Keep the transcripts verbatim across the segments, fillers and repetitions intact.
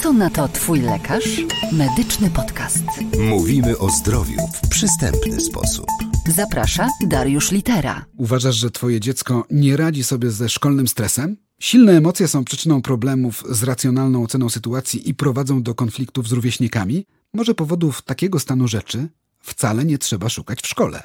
Co na to twój lekarz? Medyczny podcast. Mówimy o zdrowiu w przystępny sposób. Zaprasza Dariusz Litera. Uważasz, że twoje dziecko nie radzi sobie ze szkolnym stresem? Silne emocje są przyczyną problemów z racjonalną oceną sytuacji i prowadzą do konfliktów z rówieśnikami? Może powodów takiego stanu rzeczy wcale nie trzeba szukać w szkole.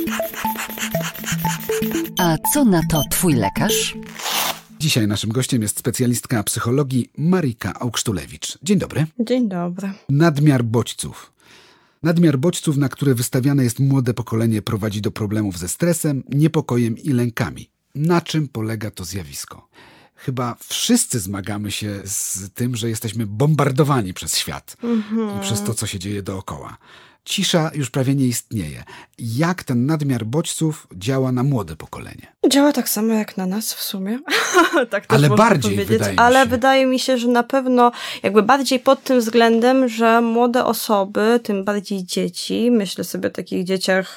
A co na to twój lekarz? Dzisiaj naszym gościem jest specjalistka psychologii Marika Augsztulewicz. Dzień dobry. Dzień dobry. Nadmiar bodźców. Nadmiar bodźców, na które wystawiane jest młode pokolenie, prowadzi do problemów ze stresem, niepokojem i lękami. Na czym polega to zjawisko? Chyba wszyscy zmagamy się z tym, że jesteśmy bombardowani przez świat mm-hmm. i przez to, co się dzieje dookoła. Cisza już prawie nie istnieje. Jak ten nadmiar bodźców działa na młode pokolenie? Działa tak samo jak na nas w sumie. tak Ale bardziej, wydaje mi się. Ale wydaje mi się, że na pewno jakby bardziej pod tym względem, że młode osoby, tym bardziej dzieci, myślę sobie o takich dzieciach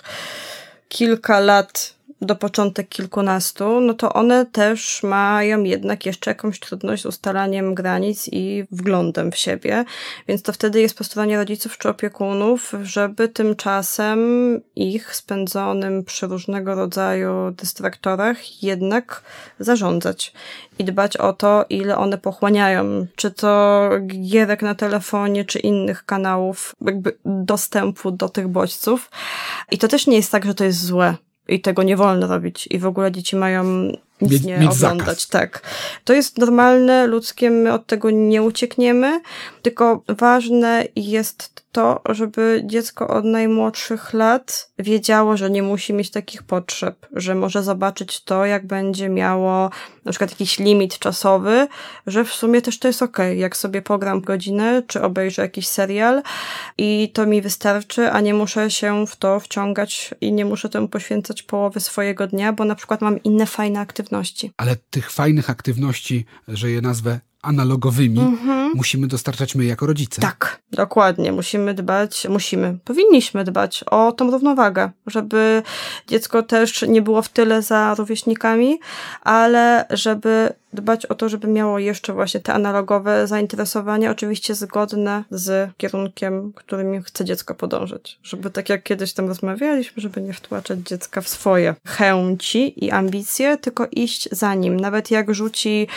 kilka lat do początek kilkunastu, no to one też mają jednak jeszcze jakąś trudność z ustalaniem granic i wglądem w siebie, więc to wtedy jest po stronie rodziców czy opiekunów, żeby tymczasem ich spędzonym przy różnego rodzaju dystraktorach jednak zarządzać i dbać o to, ile one pochłaniają, czy to gierek na telefonie, czy innych kanałów jakby dostępu do tych bodźców. I to też nie jest tak, że to jest złe. I tego nie wolno robić. I w ogóle dzieci mają nic mieć, nie mieć oglądać. zakaz. Tak. To jest normalne, ludzkie, my od tego nie uciekniemy, tylko ważne jest to, żeby dziecko od najmłodszych lat wiedziało, że nie musi mieć takich potrzeb, że może zobaczyć to, jak będzie miało na przykład jakiś limit czasowy, że w sumie też to jest okej, jak sobie pogram godzinę, czy obejrzę jakiś serial i to mi wystarczy, a nie muszę się w to wciągać i nie muszę temu poświęcać połowy swojego dnia, bo na przykład mam inne fajne aktywności. Ale tych fajnych aktywności, że je nazwę analogowymi, mm-hmm. musimy dostarczać my jako rodzice. Tak, dokładnie. Musimy dbać, musimy, powinniśmy dbać o tą równowagę, żeby dziecko też nie było w tyle za rówieśnikami, ale żeby dbać o to, żeby miało jeszcze właśnie te analogowe zainteresowania, oczywiście zgodne z kierunkiem, którym chce dziecko podążać. Żeby tak jak kiedyś tam rozmawialiśmy, żeby nie wtłaczać dziecka w swoje chęci i ambicje, tylko iść za nim. Nawet jak rzuci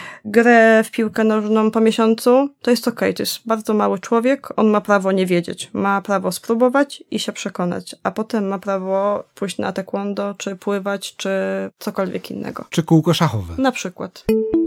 grę w piłkę nożną po miesiącu, to jest okej, to jest bardzo mały człowiek, on ma prawo nie wiedzieć, ma prawo spróbować i się przekonać, a potem ma prawo pójść na taekwondo, czy pływać, czy cokolwiek innego. Czy kółko szachowe. Na przykład.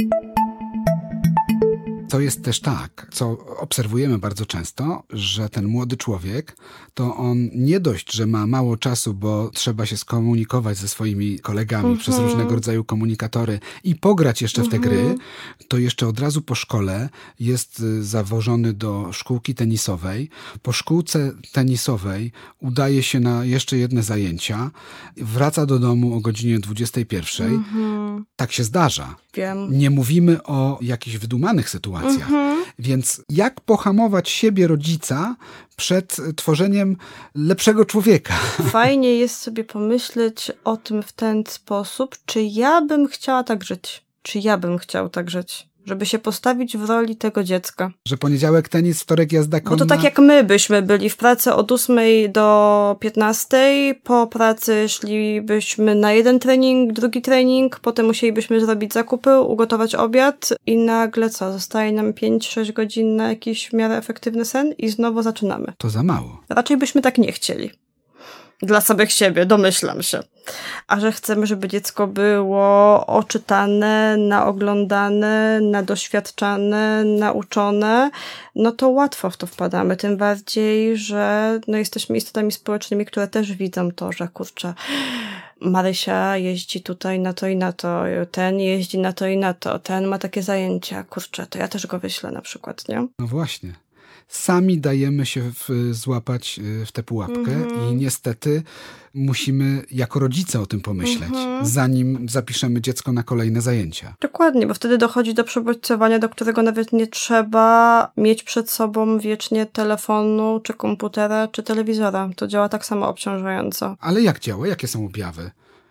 To jest też tak, co obserwujemy bardzo często, że ten młody człowiek, to on nie dość, że ma mało czasu, bo trzeba się skomunikować ze swoimi kolegami mm-hmm. przez różnego rodzaju komunikatory i pograć jeszcze mm-hmm. w te gry, to jeszcze od razu po szkole jest zawożony do szkółki tenisowej. Po szkółce tenisowej udaje się na jeszcze jedne zajęcia, wraca do domu o godzinie dwudziestej pierwszej. Mm-hmm. Tak się zdarza. Wiem. Nie mówimy o jakichś wydumanych sytuacjach. Mm-hmm. Więc jak pohamować siebie, rodzica, przed tworzeniem lepszego człowieka? Fajnie jest sobie pomyśleć o tym w ten sposób, czy ja bym chciała tak żyć? Czy ja bym chciał tak żyć? Żeby się postawić w roli tego dziecka. Że poniedziałek tenis, wtorek jazda konna. Bo to tak jak my byśmy byli w pracy od ósmej do piętnastej, po pracy szlibyśmy na jeden trening, drugi trening, potem musielibyśmy zrobić zakupy, ugotować obiad i nagle co? Zostaje nam pięć sześć godzin na jakiś w miarę efektywny sen i znowu zaczynamy. To za mało. Raczej byśmy tak nie chcieli. Dla samych siebie, domyślam się. A że chcemy, żeby dziecko było oczytane, naoglądane, nadoświadczane, nauczone, no to łatwo w to wpadamy. Tym bardziej, że no jesteśmy istotami społecznymi, które też widzą to, że kurczę, Marysia jeździ tutaj na to i na to, ten jeździ na to i na to, ten ma takie zajęcia, kurczę, to ja też go wyślę na przykład, nie? No właśnie. Sami dajemy się w, złapać w tę pułapkę mm-hmm. i niestety musimy jako rodzice o tym pomyśleć, mm-hmm. zanim zapiszemy dziecko na kolejne zajęcia. Dokładnie, bo wtedy dochodzi do przebodźcowania, do którego nawet nie trzeba mieć przed sobą wiecznie telefonu, czy komputera, czy telewizora. To działa tak samo obciążająco. Ale jak działa? Jakie są objawy?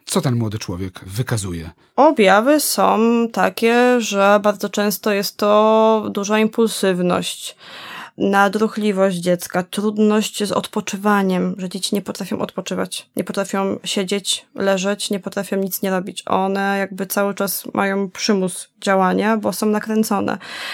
Co ten młody człowiek wykazuje? Objawy są takie, że bardzo często jest to duża impulsywność, nadruchliwość dziecka, trudność z odpoczywaniem, że dzieci nie potrafią odpoczywać, nie potrafią siedzieć, leżeć, nie potrafią nic nie robić. One jakby cały czas mają przymus działania, bo są nakręcone.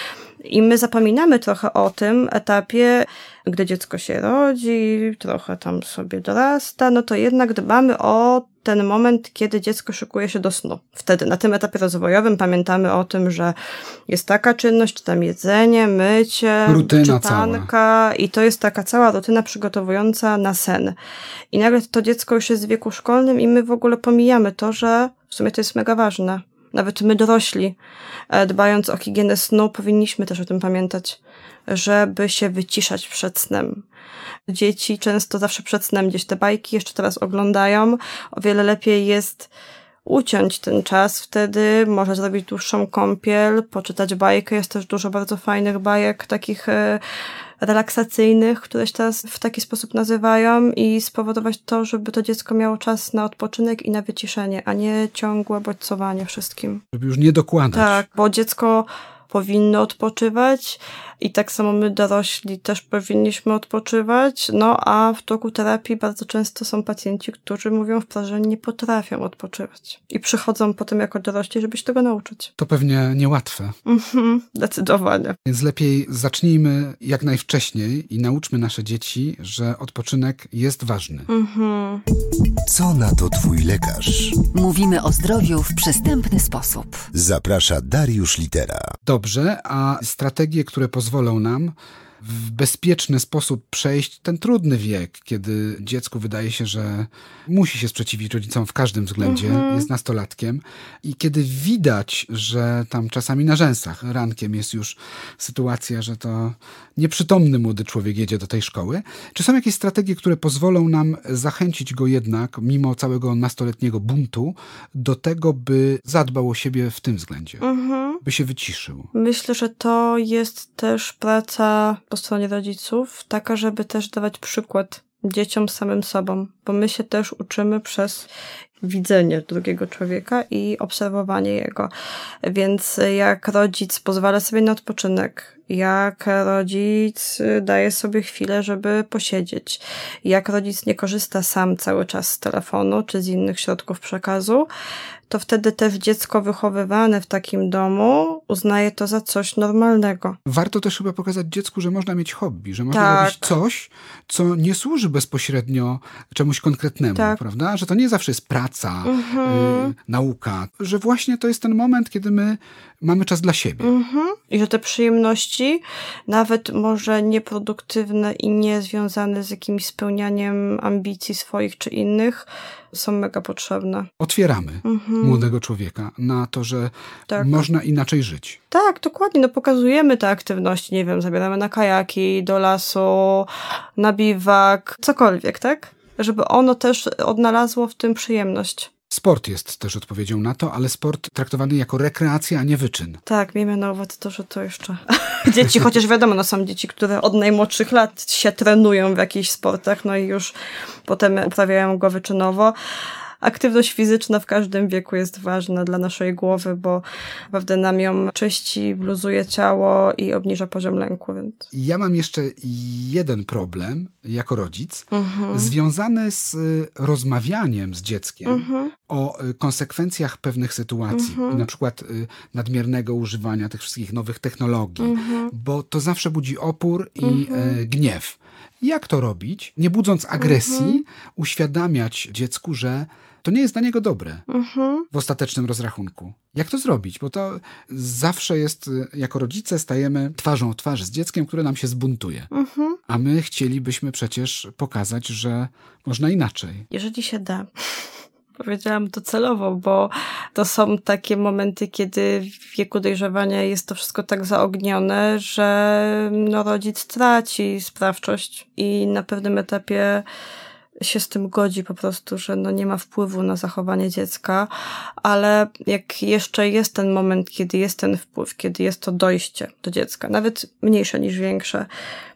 I my zapominamy trochę o tym etapie, gdy dziecko się rodzi, trochę tam sobie dorasta, no to jednak dbamy o ten moment, kiedy dziecko szykuje się do snu. Wtedy na tym etapie rozwojowym pamiętamy o tym, że jest taka czynność, czy tam jedzenie, mycie, rutyna czytanka cała. I to jest taka cała rutyna przygotowująca na sen. I nagle to dziecko już jest w wieku szkolnym i my w ogóle pomijamy to, że w sumie to jest mega ważne. Nawet my dorośli, dbając o higienę snu, powinniśmy też o tym pamiętać, żeby się wyciszać przed snem. Dzieci często zawsze przed snem gdzieś te bajki jeszcze teraz oglądają. O wiele lepiej jest uciąć ten czas, wtedy może zrobić dłuższą kąpiel, poczytać bajkę. Jest też dużo bardzo fajnych bajek, takich e, relaksacyjnych, które się teraz w taki sposób nazywają i spowodować to, żeby to dziecko miało czas na odpoczynek i na wyciszenie, a nie ciągłe bodźcowanie wszystkim. Żeby już nie dokładać. Tak, bo dziecko powinno odpoczywać i tak samo my dorośli też powinniśmy odpoczywać, no a w toku terapii bardzo często są pacjenci, którzy mówią wprost, że nie potrafią odpoczywać i przychodzą potem jako dorośli, żeby się tego nauczyć. To pewnie niełatwe. Mhm, zdecydowanie. Więc lepiej zacznijmy jak najwcześniej i nauczmy nasze dzieci, że odpoczynek jest ważny. Mhm. Co na to twój lekarz? Mówimy o zdrowiu w przystępny sposób. Zaprasza Dariusz Litera. Dobrze, a strategie, które pozwolą nam w bezpieczny sposób przejść ten trudny wiek, kiedy dziecku wydaje się, że musi się sprzeciwić rodzicom w każdym względzie, mm-hmm. jest nastolatkiem i kiedy widać, że tam czasami na rzęsach rankiem jest już sytuacja, że to nieprzytomny młody człowiek jedzie do tej szkoły. Czy są jakieś strategie, które pozwolą nam zachęcić go jednak, mimo całego nastoletniego buntu, do tego, by zadbał o siebie w tym względzie, mm-hmm. by się wyciszył? Myślę, że to jest też praca po stronie rodziców, taka, żeby też dawać przykład dzieciom samym sobą, bo my się też uczymy przez widzenie drugiego człowieka i obserwowanie jego. Więc jak rodzic pozwala sobie na odpoczynek, jak rodzic daje sobie chwilę, żeby posiedzieć, jak rodzic nie korzysta sam cały czas z telefonu czy z innych środków przekazu, to wtedy też dziecko wychowywane w takim domu uznaje to za coś normalnego. Warto też chyba pokazać dziecku, że można mieć hobby, że można tak. robić coś, co nie służy bezpośrednio czemuś konkretnemu, tak. prawda? Że to nie zawsze jest praca, mhm. y, nauka, że właśnie to jest ten moment, kiedy my mamy czas dla siebie. Mhm. I że te przyjemności, nawet może nieproduktywne i niezwiązane z jakimś spełnianiem ambicji swoich czy innych, są mega potrzebne. Otwieramy mhm. młodego człowieka na to, że tak. można inaczej żyć. Tak, dokładnie. No pokazujemy te aktywności, nie wiem, zabieramy na kajaki, do lasu, na biwak, cokolwiek, tak? Żeby ono też odnalazło w tym przyjemność. Sport jest też odpowiedzią na to, ale sport traktowany jako rekreacja, a nie wyczyn. Tak, miejmy na uwadze to, że to jeszcze dzieci, chociaż wiadomo, no są dzieci, które od najmłodszych lat się trenują w jakichś sportach, no i już potem uprawiają go wyczynowo. Aktywność fizyczna w każdym wieku jest ważna dla naszej głowy, bo naprawdę nam ją czyści, bluzuje ciało i obniża poziom lęku. Więc. Ja mam jeszcze jeden problem jako rodzic, mhm. związany z rozmawianiem z dzieckiem mhm. o konsekwencjach pewnych sytuacji, mhm. na przykład nadmiernego używania tych wszystkich nowych technologii, mhm. bo to zawsze budzi opór i mhm. e, gniew. Jak to robić? Nie budząc agresji, mhm. uświadamiać dziecku, że to nie jest dla niego dobre mhm. w ostatecznym rozrachunku. Jak to zrobić? Bo to zawsze jest, jako rodzice stajemy twarzą w twarz z dzieckiem, które nam się zbuntuje. Mhm. A my chcielibyśmy przecież pokazać, że można inaczej. Jeżeli się da. Powiedziałam to celowo, bo to są takie momenty, kiedy w wieku dojrzewania jest to wszystko tak zaognione, że no, rodzic traci sprawczość i na pewnym etapie się z tym godzi po prostu, że no nie ma wpływu na zachowanie dziecka, ale jak jeszcze jest ten moment, kiedy jest ten wpływ, kiedy jest to dojście do dziecka, nawet mniejsze niż większe,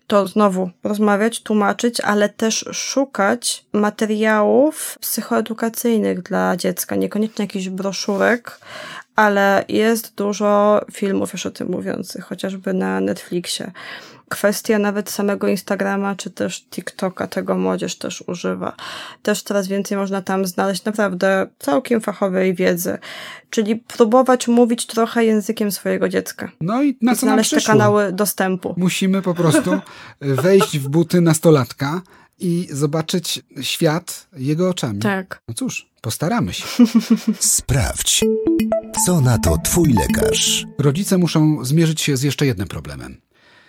to znowu rozmawiać, tłumaczyć, ale też szukać materiałów psychoedukacyjnych dla dziecka, niekoniecznie jakichś broszurek, ale jest dużo filmów już o tym mówiących, chociażby na Netflixie. Kwestia nawet samego Instagrama, czy też TikToka, tego młodzież też używa. Też coraz więcej można tam znaleźć naprawdę całkiem fachowej wiedzy. Czyli próbować mówić trochę językiem swojego dziecka. No i na co nam znaleźć te przyszło? kanały dostępu. Musimy po prostu wejść w buty nastolatka i zobaczyć świat jego oczami. Tak. No cóż, postaramy się. Sprawdź, co na to twój lekarz. Rodzice muszą zmierzyć się z jeszcze jednym problemem.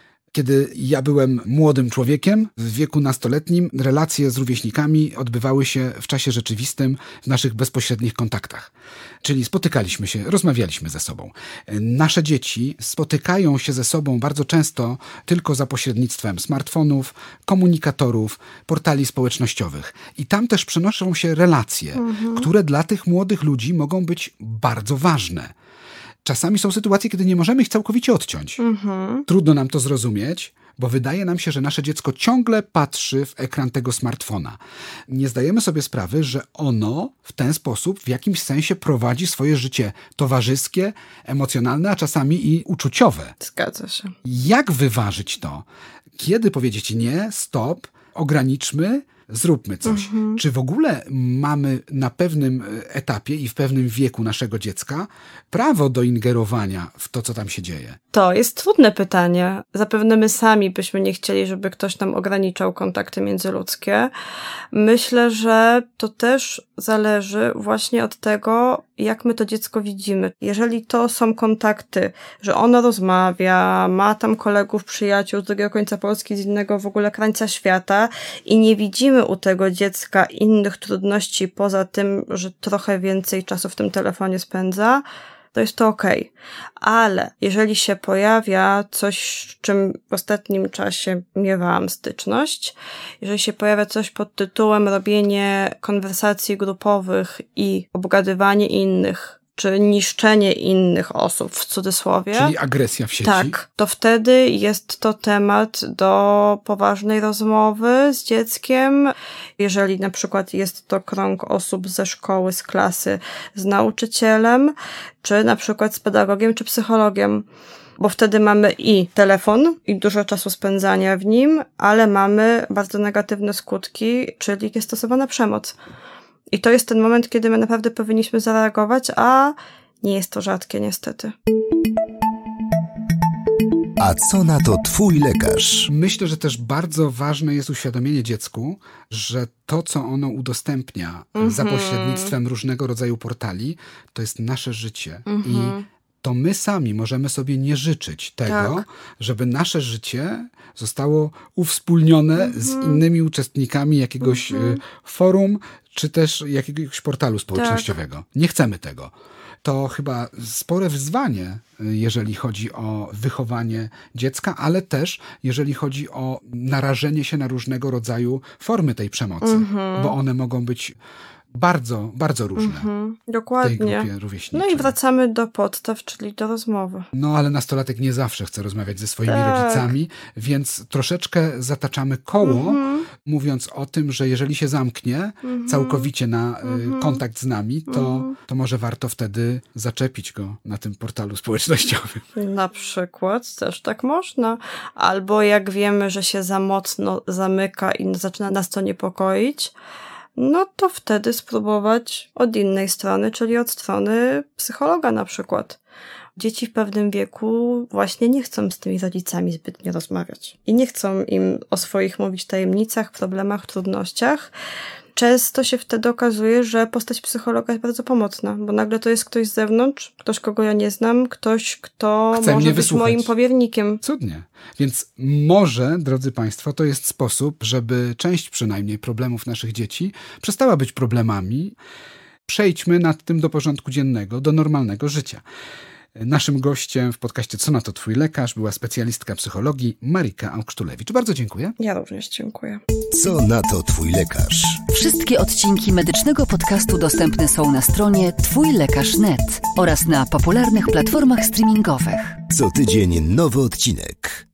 Kiedy ja byłem młodym człowiekiem, w wieku nastoletnim, relacje z rówieśnikami odbywały się w czasie rzeczywistym, w naszych bezpośrednich kontaktach. Czyli spotykaliśmy się, rozmawialiśmy ze sobą. Nasze dzieci spotykają się ze sobą bardzo często tylko za pośrednictwem smartfonów, komunikatorów, portali społecznościowych. I tam też przenoszą się relacje, mhm. które dla tych młodych ludzi mogą być bardzo ważne. Czasami są sytuacje, kiedy nie możemy ich całkowicie odciąć. Mhm. Trudno nam to zrozumieć, bo wydaje nam się, że nasze dziecko ciągle patrzy w ekran tego smartfona. Nie zdajemy sobie sprawy, że ono w ten sposób w jakimś sensie prowadzi swoje życie towarzyskie, emocjonalne, a czasami i uczuciowe. Zgadza się. Jak wyważyć to? Kiedy powiedzieć nie, stop, ograniczmy, zróbmy coś. Mhm. Czy w ogóle mamy na pewnym etapie i w pewnym wieku naszego dziecka prawo do ingerowania w to, co tam się dzieje? To jest trudne pytanie. Zapewne my sami byśmy nie chcieli, żeby ktoś nam ograniczał kontakty międzyludzkie. Myślę, że to też zależy właśnie od tego, jak my to dziecko widzimy. Jeżeli to są kontakty, że ono rozmawia, ma tam kolegów, przyjaciół z drugiego końca Polski, z innego w ogóle krańca świata i nie widzimy u tego dziecka innych trudności poza tym, że trochę więcej czasu w tym telefonie spędza, to jest to okej. Okay. Ale jeżeli się pojawia coś, z czym w ostatnim czasie miewałam styczność, jeżeli się pojawia coś pod tytułem robienie konwersacji grupowych i obgadywanie innych, czy niszczenie innych osób w cudzysłowie. Czyli agresja w sieci. Tak, to wtedy jest to temat do poważnej rozmowy z dzieckiem. Jeżeli na przykład jest to krąg osób ze szkoły, z klasy, z nauczycielem, czy na przykład z pedagogiem, czy psychologiem. Bo wtedy mamy i telefon, i dużo czasu spędzania w nim, ale mamy bardzo negatywne skutki, czyli jest stosowana przemoc. I to jest ten moment, kiedy my naprawdę powinniśmy zareagować, a nie jest to rzadkie niestety. A co na to twój lekarz? Myślę, że też bardzo ważne jest uświadomienie dziecku, że to, co ono udostępnia mm-hmm. za pośrednictwem różnego rodzaju portali, to jest nasze życie. Mm-hmm. I to my sami możemy sobie nie życzyć tego, tak. żeby nasze życie zostało uwspólnione mm-hmm. z innymi uczestnikami jakiegoś mm-hmm. forum, czy też jakiegoś portalu społecznościowego. Tak. Nie chcemy tego. To chyba spore wyzwanie, jeżeli chodzi o wychowanie dziecka, ale też jeżeli chodzi o narażenie się na różnego rodzaju formy tej przemocy, mm-hmm. bo one mogą być bardzo, bardzo różne. Mm-hmm. Dokładnie. W tej grupie rówieśniczej. No i wracamy do podstaw, czyli do rozmowy. No ale nastolatek nie zawsze chce rozmawiać ze swoimi tak. rodzicami, więc troszeczkę zataczamy koło, mm-hmm. mówiąc o tym, że jeżeli się zamknie mm-hmm. całkowicie na mm-hmm. y, kontakt z nami, to, mm-hmm. to może warto wtedy zaczepić go na tym portalu społecznościowym. Na przykład też tak można. Albo jak wiemy, że się za mocno zamyka i zaczyna nas to niepokoić, no to wtedy spróbować od innej strony, czyli od strony psychologa na przykład. Dzieci w pewnym wieku właśnie nie chcą z tymi rodzicami zbytnio rozmawiać i nie chcą im o swoich mówić tajemnicach, problemach, trudnościach. Często się wtedy okazuje, że postać psychologa jest bardzo pomocna, bo nagle to jest ktoś z zewnątrz, ktoś, kogo ja nie znam, ktoś, kto Chce może być wysłuchać. moim powiernikiem. Cudnie. Więc może, drodzy Państwo, to jest sposób, żeby część przynajmniej problemów naszych dzieci przestała być problemami. Przejdźmy nad tym do porządku dziennego, do normalnego życia. Naszym gościem w podcaście Co na to twój lekarz była specjalistka psychologii Marika Augsztulewicz. Bardzo dziękuję. Ja również dziękuję. Co na to twój lekarz? Wszystkie odcinki medycznego podcastu dostępne są na stronie twój lekarz kropka net oraz na popularnych platformach streamingowych. Co tydzień nowy odcinek.